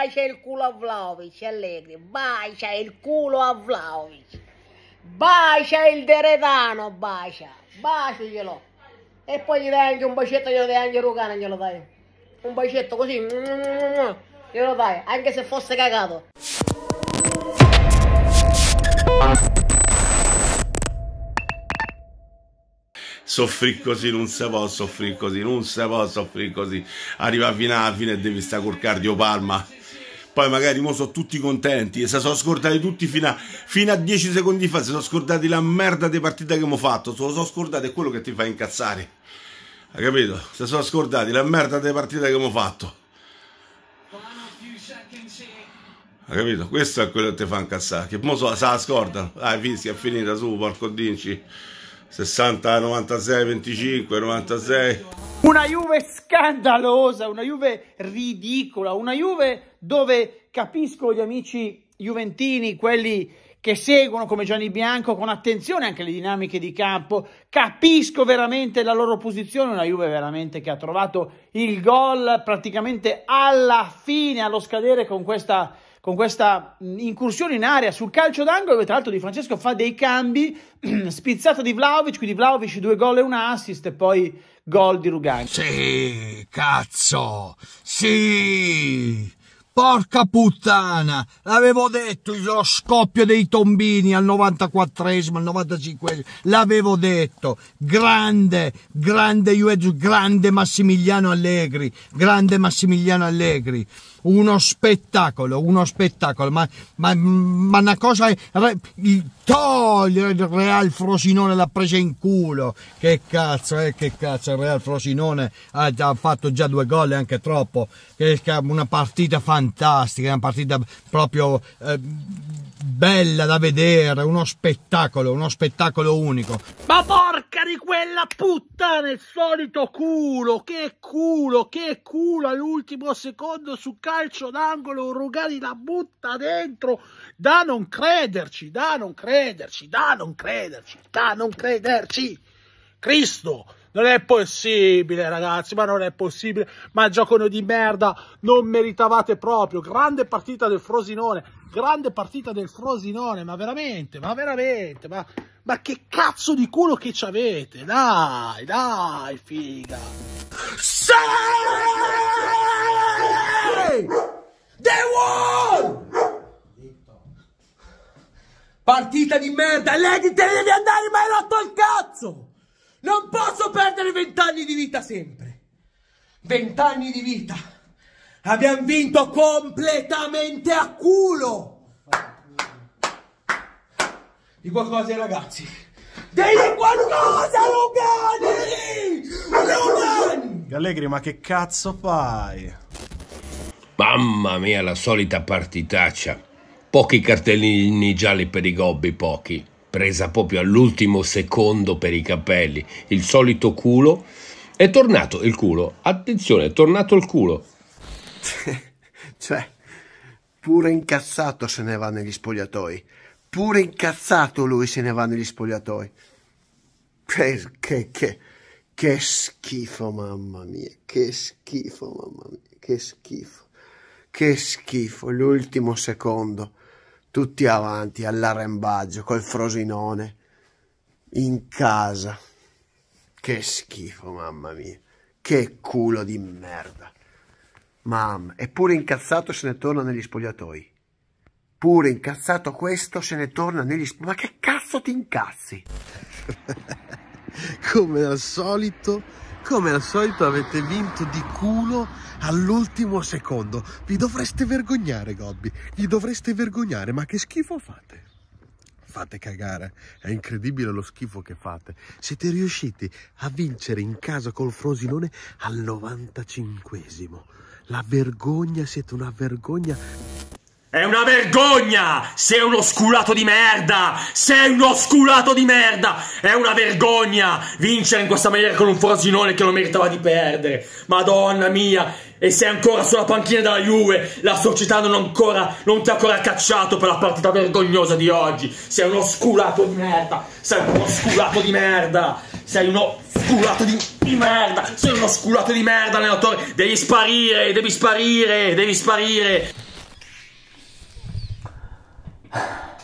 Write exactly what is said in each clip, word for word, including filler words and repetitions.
bacia il culo a Vlahovic, Allegri, bacia il culo a Vlahovic, bacia il Deretano, bacia, baciaglielo, e poi gli dai anche un bacetto, glielo dai anche Rugani, glielo dai, un bacetto così, glielo dai, anche se fosse cagato. Soffrì così, non si può soffrire così, non si può soffrire così. Arriva fino alla fine e devi stare col cardiopalma. Poi magari mo sono tutti contenti e si sono scordati tutti fino a, fino a dieci secondi fa, si sono scordati la merda di partita che abbiamo fatto, se lo sono scordati, è quello che ti fa incazzare. Hai capito? Si sono scordati la merda di partita che abbiamo fatto. Hai capito? Questo è quello che ti fa incazzare, che mo se la scordano. Dai, fischia, è finita, su, porco dinci. sessanta, novantasei, venticinque, novantasei. Una Juve scandalosa, una Juve ridicola, una Juve dove capisco gli amici juventini, quelli che seguono come Gianni Bianco con attenzione anche le dinamiche di campo, capisco veramente la loro posizione, una Juve veramente che ha trovato il gol praticamente alla fine, allo scadere con questa... con questa incursione in area sul calcio d'angolo, dove tra l'altro Di Francesco fa dei cambi, spizzata di Vlahovic, quindi Vlahovic due gol e un assist, e poi gol di Rugani. Sì, cazzo, sì, porca puttana, l'avevo detto, lo scoppio dei tombini al novantaquattresimo, al novantacinquesimo, l'avevo detto, grande, grande Juventus, grande Massimiliano Allegri, grande Massimiliano Allegri. Uno spettacolo, uno spettacolo, ma, ma, ma una cosa è, togliere il Real Frosinone l'ha presa in culo, che cazzo, eh, che cazzo, il Real Frosinone ha, ha fatto già due gol e anche troppo, che è una partita fantastica, una partita proprio eh, bella da vedere, uno spettacolo, uno spettacolo unico. Ma porca di quella puttana, il solito culo, che culo, che culo all'ultimo secondo su calcio d'angolo, Rugani la butta dentro, da non crederci, da non crederci, da non crederci, da non crederci, Cristo, non è possibile ragazzi, ma non è possibile, ma giocano di merda, non meritavate proprio, grande partita del Frosinone, grande partita del Frosinone, ma veramente, ma veramente, ma, ma che cazzo di culo che ci avete, dai, dai, figa. Sì! The Wall! Partita di merda, Allegri, te ne devi andare, ma hai rotto il cazzo! Non posso perdere vent'anni di vita sempre. Vent'anni di vita. Abbiamo vinto completamente a culo. Di qualcosa ai ragazzi. Degli qualcosa, Rugani! Rugani! Allegri, ma che cazzo fai? Mamma mia, la solita partitaccia. Pochi cartellini gialli per i gobbi, pochi. Presa proprio all'ultimo secondo per i capelli. Il solito culo. È tornato il culo. Attenzione, è tornato il culo. Cioè, pure incazzato se ne va negli spogliatoi. Pure incazzato lui se ne va negli spogliatoi. Che, che, che, che schifo, mamma mia. Che schifo, mamma mia. Che schifo. Che schifo. L'ultimo secondo. Tutti avanti all'arrembaggio col Frosinone. In casa. Che schifo, mamma mia. Che culo di merda. Mamma, eppure incazzato se ne torna negli spogliatoi. Pure incazzato questo se ne torna negli spogliatoi. Ma che cazzo ti incazzi? Come al solito, come al solito avete vinto di culo all'ultimo secondo. Vi dovreste vergognare, Gobbi. Vi dovreste vergognare, ma che schifo fate? Fate cagare, è incredibile lo schifo che fate. Siete riusciti a vincere in casa col Frosinone al novantacinquesimo. La vergogna, siete una vergogna. È una vergogna! Sei uno sculato di merda! Sei uno sculato di merda! È una vergogna vincere in questa maniera con un Frosinone che non meritava di perdere! Madonna mia! E sei ancora sulla panchina della Juve! La società non, ancora, non ti ha ancora cacciato per la partita vergognosa di oggi! Sei uno sculato di merda! Sei uno sculato di merda! Sei uno sculato di, di merda! Sei uno sculato di merda, allenatore! Devi sparire! Devi sparire! Devi sparire!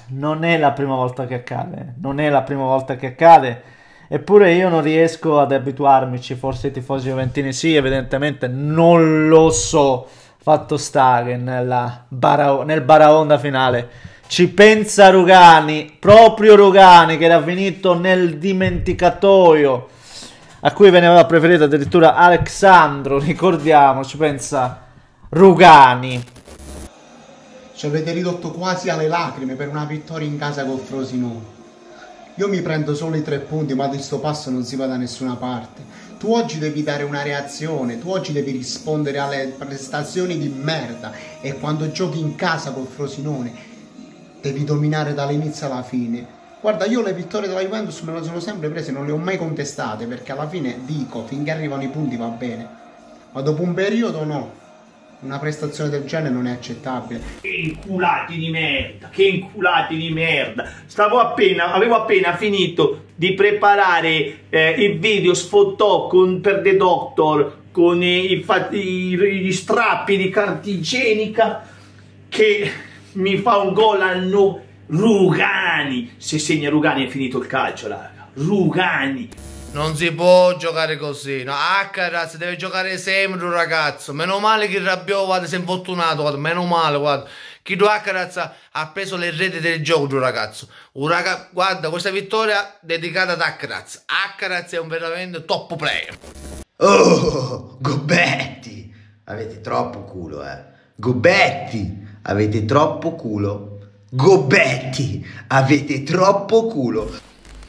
non è la prima volta che accade, non è la prima volta che accade, eppure io non riesco ad abituarmici. Forse i tifosi juventini sì, evidentemente, non lo so. Fatto sta che nella bara- nel baraonda finale ci pensa Rugani, proprio Rugani, che era finito nel dimenticatoio, a cui veniva preferito addirittura Alexandro, ricordiamo, ci pensa Rugani. Ci avete ridotto quasi alle lacrime per una vittoria in casa col Frosinone. Io mi prendo solo i tre punti, ma di sto passo non si va da nessuna parte. Tu oggi devi dare una reazione, tu oggi devi rispondere alle prestazioni di merda, e quando giochi in casa col Frosinone devi dominare dall'inizio alla fine. Guarda, io le vittorie della Juventus me le sono sempre prese, non le ho mai contestate, perché alla fine dico, finché arrivano i punti va bene, ma dopo un periodo no. Una prestazione del genere non è accettabile. Che inculati di merda, che inculati di merda. Stavo appena, avevo appena finito di preparare eh, il video sfottò con, per The Doctor, con i, i, gli strappi di carta igienica, che mi fa un gol al no. Rugani, se segna Rugani è finito il calcio, raga. Rugani. Non si può giocare così, no? Ah, ragazzi, deve giocare sempre un ragazzo. Meno male che il Rabiot, guarda, si è infortunato, guarda, meno male, guarda. Chi tu ha, ragazzi, ha preso le reti del gioco, un ragazzo. Un ragazzo, guarda, questa vittoria dedicata ad Akraz. Akraz è un veramente top player. Oh, Gobetti, avete troppo culo, eh. Gobetti, avete troppo culo. Gobetti, avete troppo culo.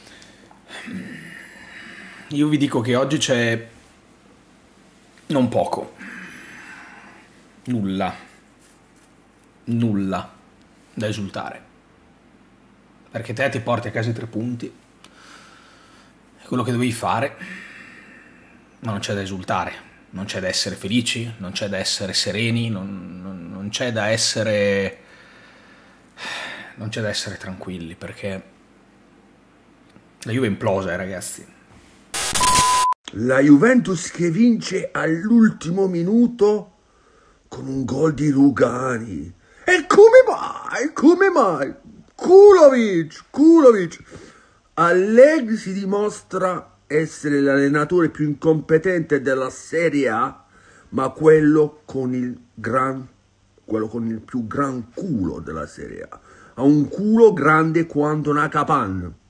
Io vi dico che oggi c'è non poco, nulla, nulla da esultare, perché te ti porti a casa i tre punti, è quello che dovevi fare, ma non c'è da esultare, non c'è da essere felici, non c'è da essere sereni, non, non, non c'è da essere, non c'è da essere tranquilli, perché la Juve è implosa, eh, ragazzi. La Juventus che vince all'ultimo minuto con un gol di Rugani. E come mai? Come mai? Kulovic, Kulovic. Allegri si dimostra essere l'allenatore più incompetente della Serie A, ma quello con il gran, quello con il più gran culo della Serie A. Ha un culo grande quanto una capanna.